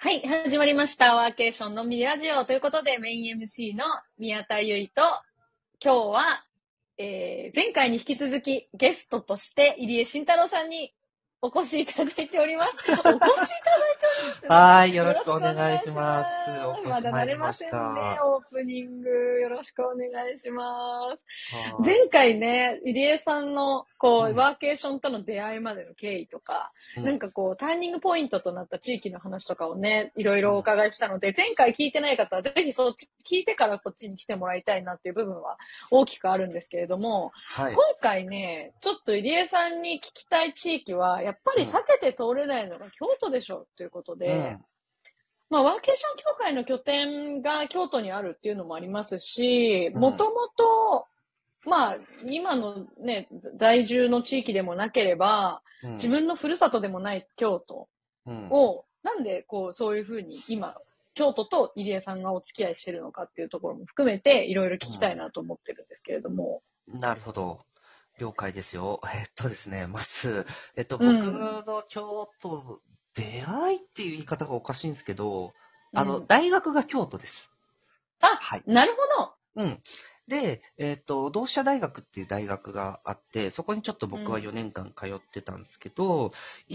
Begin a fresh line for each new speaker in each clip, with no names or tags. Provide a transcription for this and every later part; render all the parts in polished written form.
はい、始まりました。ワーケーションのみラジオということで、メイン MC の宮田ゆいと、今日は、前回に引き続きゲストとして入江慎太郎さんにお越しいただいております。お越しいただいておりますね。
はい、よろしくお
よろしくお願
願いし
いし
ます。
ます。
お越し
まだ慣れ
参りまし
ませんね、
た。
オープニング。よろしくお願いします。
は
前回ね、入江さんの、
い。うん、
ワーケーションとの出会いまでの経緯とか、
うん、
ターニングポイントとなった地域の話とかをね、いろいろお
うん。
伺いしたので、前回聞いてない方は、ぜひそっち聞いてからこっちに来てもらいたいなっていう部分は大きくあるんですけれども、
はい。
今回ね、ちょっと入江さんに聞きたい地域は、やっぱり避
うん、
けて通れないのが京都でしょということで、
うん、
ワーケーション協会の拠点が京都にあるっていうのもありますし、
うん、
もともと今のね、在住の地域でもなければ、
うん、
自分のふるさとでもない京都
うん。
を、なんでそういうふうに今、京都と入江さんがお付き合いしてるのかっていうところも含めて、いろいろ聞きたいなと思ってるんですけれども。
なるほど。了解ですよ。ですね、まず、僕
うん。
の京都、出会いっていう言い方がおかしいんですけど、
うん。
大学が京都です。
あ、
はい。
なるほど。
うん。で、同志社大学っていう大学があって、そこにちょっと僕は
うん。
4年間通ってたんですけど、1
うん。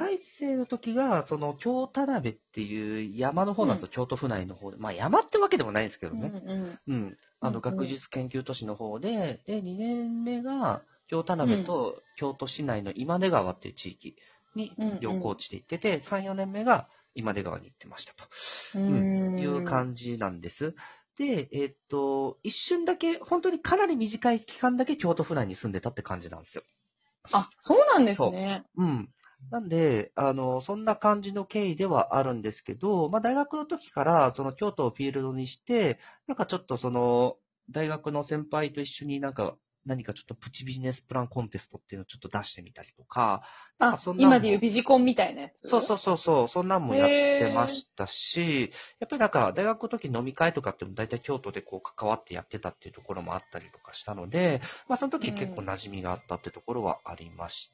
回生の時が、その京田辺っていう山の方
うん。
なんですよ、京都府内の方で。まあ山ってわけでもないんですけど
うん。
ね。
うん。
うん。
うん。
学術研究都市の方で、2年目が京田
うん。
辺と京都市内の今出川っていう地域に
うん。
旅行地で行ってて、3、4年目が今出川に行ってましたと。
う
うん。いう
ん。
感じなんです。で、一瞬だけ、本当にかなり短い期間だけ京都府内に住んでたって感じなんですよ。
あ、そうなんです
そ
ね。
う。うん。なんで、そんな感じの経緯ではあるんですけど、まあ、大学の時から、その京都をフィールドにして、なんかちょっと大学の先輩と一緒に何かちょっとプチビジネスプランコンテストっていうのをちょっと出してみたりとか、なんか
あ、
そんなんも、
今でいうビジコンみたいなやつ。
そう、そんなんも
へ
やってま
え。
したし、やっぱりなんか大学の時飲み会とかっても大体京都でこう関わってやってたっていうところもあったりとかしたので、まあその時結構
うん。
馴染みがあったってところはありました。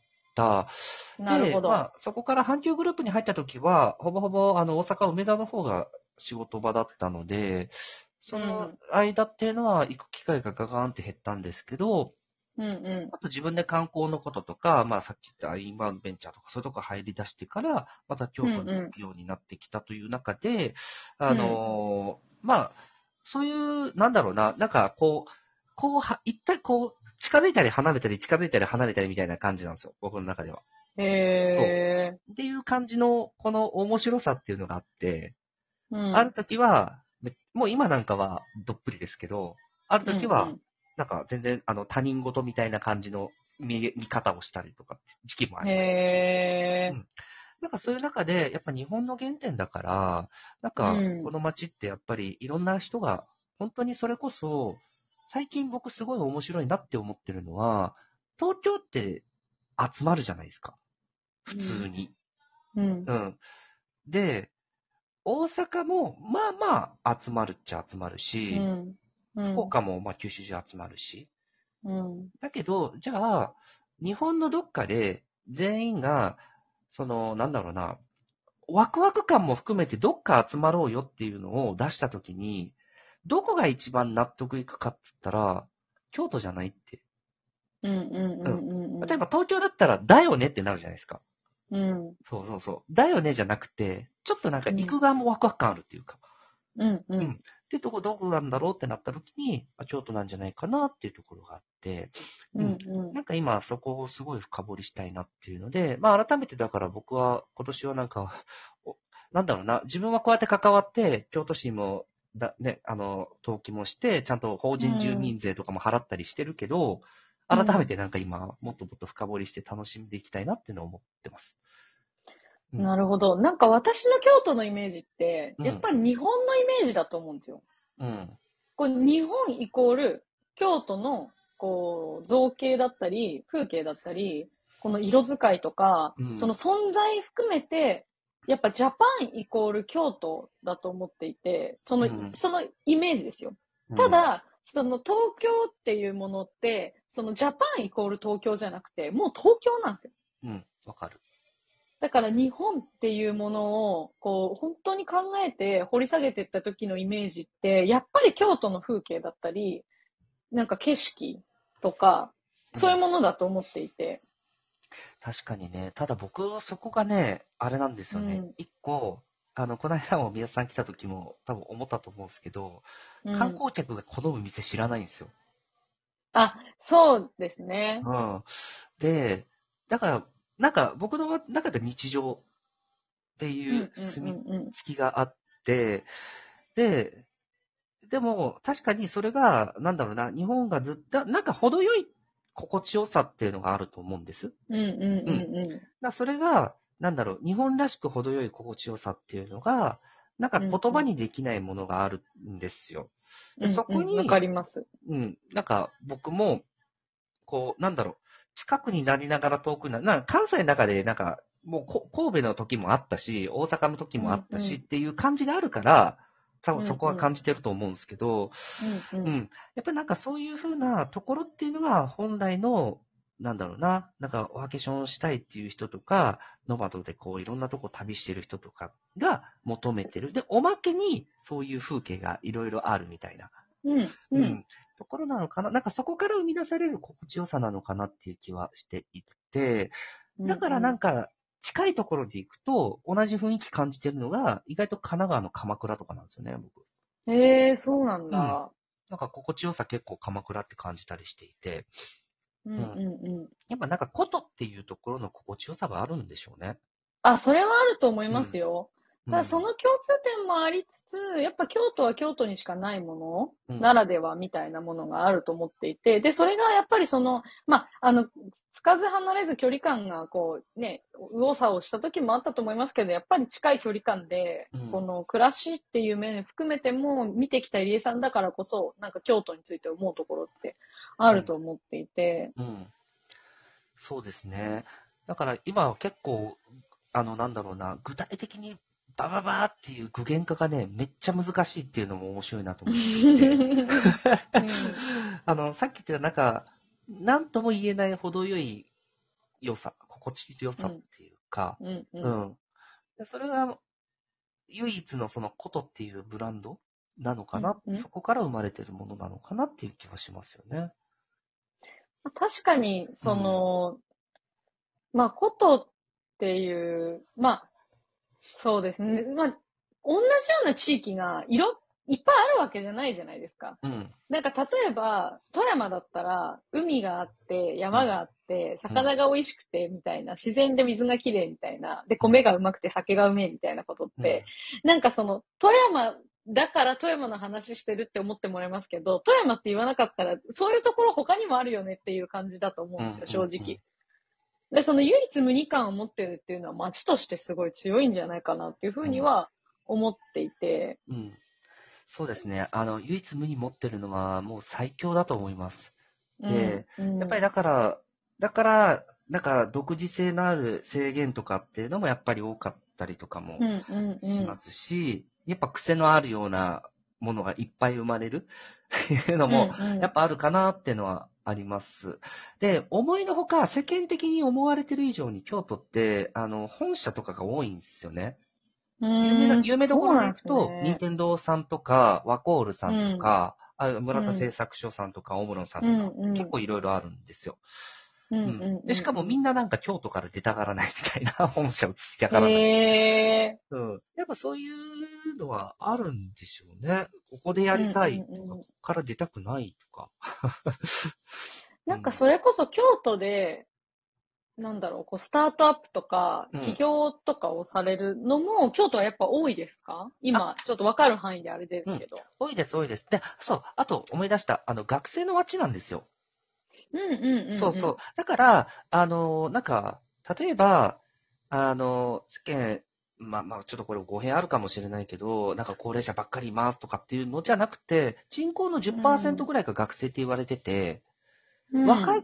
で、
なるほど。
まあそこから阪急グループに入った時は、ほぼほぼ大阪梅田の方が仕事場だったので、その
うん。
間っていうのは行く機会がガガーンって減ったんですけど、
うんう
あと自分で観光のこととか、まあさっき言ったインバウンドベンチャーとかそういうとこ入り出してから、また
ん。
京都に行
うん
くようになってきたという中で、
うん。うん。
まあ、そういう、なんだろうな、なんか一体近づいたり離れたり、近づいたり離れたりみたいな感じなんですよ、僕の中では。
へ
そ
え。
う。っていう感じの、この面白さっていうのがあって、
うん。
ある時は、もう今なんかはどっぷりですけど、ある時は、
うんうん。
なんか全然他人事みたいな感じの見方をしたりとかって時期もありましたし、
へえ。
うん。なんかそういう中で、やっぱ日本の原点だから、なん
う
かこ
ん。
の街ってやっぱりいろんな人が、本当にそれこそ、最近僕すごい面白いなって思ってるのは、東京って集まるじゃないですか。普
うん。
通に。
うん。
うん。で、大阪も、まあまあ集まるっちゃ集まるし、
うん。うん。
福岡もまあ九州中集まるし。
うん。
だけど、じゃあ、日本のどっかで全員が、なんだろうな、ワクワク感も含めてどっか集まろうよっていうのを出したときに、どこが一番納得いくかっつったら、京都じゃないって。
うんうんう
うん。
んうん
例えば東京だったら、だよねってなるじゃないですか。
うん。
そうそうそう。だよねじゃなくて、ちょっとなんか行く側もワクワク感あるっていうか。
うんうん。
うん。で、どこなんだろうってなった時に、京都なんじゃないかなっていうところがあって、
うん
うん。
うん。
なんか今そこをすごい深掘りしたいなっていうので、まあ改めてだから僕は今年はなんか、なんだろうな、自分はこうやって関わって、京都市も、登記もして、ちゃんと法
う
人住
ん。
民税とかも払ったりしてるけど、改めてなんか今、もっともっと深掘りして楽しんでいきたいなっていうのを思ってます。うん。
なるほど。私の京都のイメージって、
うん。
やっぱり日本のイメージだと思うんですよ。
うん。
日本イコール京都の造形だったり、風景だったり、この色使いとか、その
うん。
存在含めて、やっぱジャパンイコール京都だと思っていて、
うん。
そのイメージですよ。
うん。
ただ、その東京っていうものって、そのジャパンイコール東京じゃなくて、もう東京なんですよ。
うん。わかる。
だから日本っていうものを、こう、本当に考えて掘り下げていった時のイメージって、やっぱり京都の風景だったり、なんか景色とか、そういう
うん。
ものだと思っていて。
確かにね。ただ僕はそこがね、あれなんですよね。
うん。
一個、この間も宮津さん来た時も多分思ったと思うんですけど、観
うん。
光客が好む店知らないんですよ。
あ、そうですね。
うん。で、だから、なんか僕の中で日常っていう
うんうん
住み
うんうん。
着きがあって、で、でも確かにそれが、なんだろうな、日本がずっと、なんか程よい心地よさっていうのがあると思うんです。
うんうん
うん。
うん
それが、なんだろう、日本らしく程よい心地よさっていうのが、なんか
うん。うんうん。
言葉にできないものがあるんですよ。で、そ
うんうん。わか
こに、
ります。
なんか僕も、こう、なんだろう、近くになりながら遠くな、関西の中で、なんか、もう神戸の時もあったし、大阪の時
う
もあったしっ
んうん。
ていう感じがあるから、多分そこは
うんうん。
感じてると思うんですけど、
うんうん。
うん。やっぱりなんかそういう風なところっていうのが本来の、なんだろうな、なんかワーケーションしたいっていう人とか、ノマドでこういろんなとこ旅してる人とかが求めてる。で、おまけにそういう風景がいろいろあるみたいな、
うんうん。
うん、ところなのかな。なんかそこから生み出される心地よさなのかなっていう気はしていて、
うん
だから
うん。
なんか近いところで行くと同じ雰囲気感じてるのが意外と神奈川の鎌倉とかなんですよね、僕。
へえ、そうなん
うん。
だ。
なんか心地よさ結構鎌倉って感じたりしていて、
うん
うん。
うんうん。
やっぱなんか古都っていうところの心地よさがあるんでしょうね。
あ、それはあると思い
うん。
ますよ。ただそ
うん。
の共通点もありつつ、やっぱ京都は京都にしかないもの
うん。
ならではみたいなものがあると思っていて、で、それがやっぱりその、つかず離れず距離感がこうね、右往左往した時もあったと思いますけど、やっぱり近い距離感で、
うん。
この暮らしっていう面含めても見てきた入江さんだからこそ、なんか京都について思うところってあ
うん。
ると思っていて、
うん。そうですね。だから今は結構、なんだろうな、具体的にバババーっていう具現化がね、めっちゃ難しいっていうのも面白いなと
う
思っていて、
ん、
さっき言ってたなんか、なんとも言えない程よい良さ、心地よさっ
うん、
ていうか、
うん、うん、
うん。でそれが唯一のそのコトっていうブランドなのか
うん、
な、
うん。
そこから生まれてるものなのかなっていう気はしますよね。
確かに、そ
うん。
の、古都っていう、そうですね。同じような地域がいっぱいあるわけじゃないじゃないですか。
うん。
なんか例えば、富山だったら、海があって、
うん。
山があって、
うん。
魚が美味しくて、みたいな、自然で水がきれいみたいな、で、
うん。
米がうまくて酒がうめえみたいなことっ
うん。
て、なんかその、富山だから富山の話してるって思ってもらえますけど、富山って言わなかったら、そういうところ他にもあるよねっていう感じだと思う
うん。
んですよ、正
うん。
直。で、その唯一無二感を持ってるっていうのは街としてすごい強いんじゃないかなっていうふう
うん。
には思っていて、
うん。そうですね。唯一無二持ってるのはもう最強だと思います。で、
うん、うん、
やっぱりだから、なんか独自性のある制限とかっていうのもやっぱり多かったりとかも
うん、うん、うん、
しますし、やっぱ癖のあるようなものがいっぱい生まれるっていうの
うん、
も
うん、
やっぱあるかなっていうのはあります。で、思いのほか世間的に思われてる以上に京都って、本社とかが多いんですよね。
うーん、
有名どころで
そうなんです
行くと、任
ね。
天堂さんとか、ワコールさんと
うん、
か、村田製
うん、
作所さんとか、オムロンさん
うん、
とか、結
うん、
構いろいろあるんですよ。
うん、
うん。
う
で、しかもみん
ん、
ななんか京都から出たがらないみたいな、本社をつきた
うん。
がらない。
へー。
うん。やっぱそういうのはあるんでしょうね。ここでや
うん、
りたいとか、
うん、うん。
ここから出たくないとか。う
なんか
ん。
それこそ京都で、なんだろう、こう、スタートアップとか、起
うん。
業とかをされるのも、京都はやっぱ多いですか
あ、
今、ちょっとわかる範囲であれで
うん。
すけど。
多いです、多いです。で、そう、あと思い出した、学生の街なんですよ。
うん、うん、うん、
そうそう。だから、なんか、例えば、世間、ちょっとこれ語弊あるかもしれないけど、なんか高齢者ばっかりいますとかっていうのじゃなくて、人口の
う
10%
ん。
ぐらいが学生って言われてて、
うん。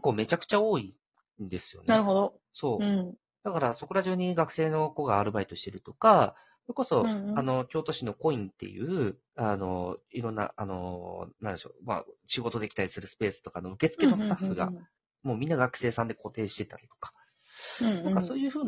若い子めちゃくちゃ多いんですよね。
なるほど。う
そう。
ん。
だからそこら中に学生の子がアルバイトしてるとか、それこそ、
うん、うん。
京都市のコインっていう、いろんな、なんでしょう、仕事できたりするスペースとかの受
うん、
付の
うん、
スタッフが、
うん、
もうみんな学生さんで固定してたりとか、
うん。うん、
なんかそういうふうな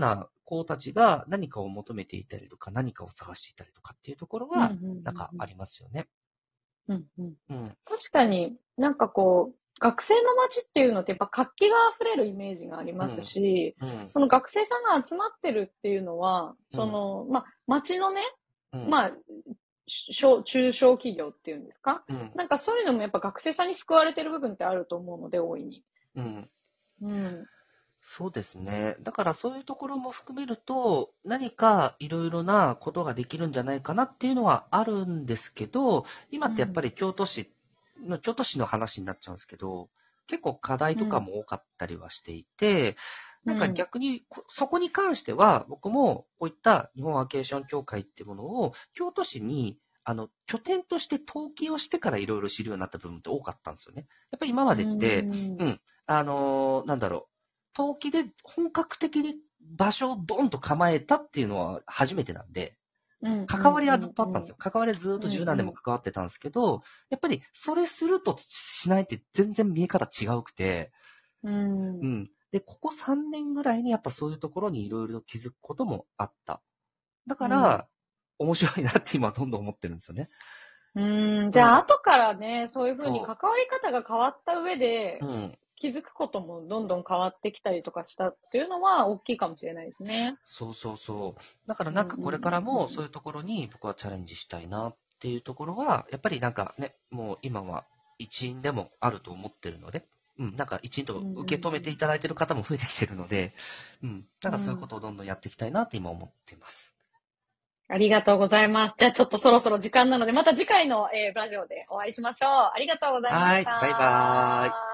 子たちが何かを求めていたりとか、何かを探していたりとかっていうところは、なんかありますよね。
うんうん
うん。
確かになんかこう、学生の街っていうのってやっぱ活気が溢れるイメージがありますし、
うん。
その学生さんが集まってるっていうのは、
うん
街のね、
うん。
まあ、中小企業っていうんですか
うん。
なんかそういうのもやっぱ学生さんに救われてる部分ってあると思うので、大いに。
うん。
うん。
そうですね。だからそういうところも含めると、何かいろいろなことができるんじゃないかなっていうのはあるんですけど、今ってやっぱり京都市の話になっちゃうんですけど、結構課題とかも多かったりはしていて、なんか逆にそこに関しては、僕もこういった日本アーケーション協会っていうものを京都市に拠点として登記をしてからいろいろ知るようになった部分って多かったんですよね。やっぱり今までって、なんだろう、登記で本格的に場所をドンと構えたっていうのは初めてなんで、関わりはずっとあったんですよ。関わりはずっと十何年も関わってたんですけど、やっぱりそれするとしないって全然見え方違うくて、で、ここ3年ぐらいにやっぱそういうところにいろいろと気づくこともあった。だから、面白いなって今どんどん思ってるんですよね。
じゃあ、後からね、そういうふうに
そ
関わり方が変わった上で、
う。
気づくこともどんどん変わってきたりとかしたっていうのは大きいかもしれないですね。
そうそうそう。だからなんかこれ
うんうんうん
からもそういうところに僕はチャレンジしたいなっていうところは、やっぱりなんかね、もう今は一員でもあると思ってるので、なんか一員と受け止めていただいている方も増えてきてるので、なんかそういうことをどんどんやっていきたいなって今思っています。
ありがとうございます。じゃあちょっとそろそろ時間なので、また次回の、ラジオでお会いしましょう。ありがとうございま
はい、
した。
バイバーイ。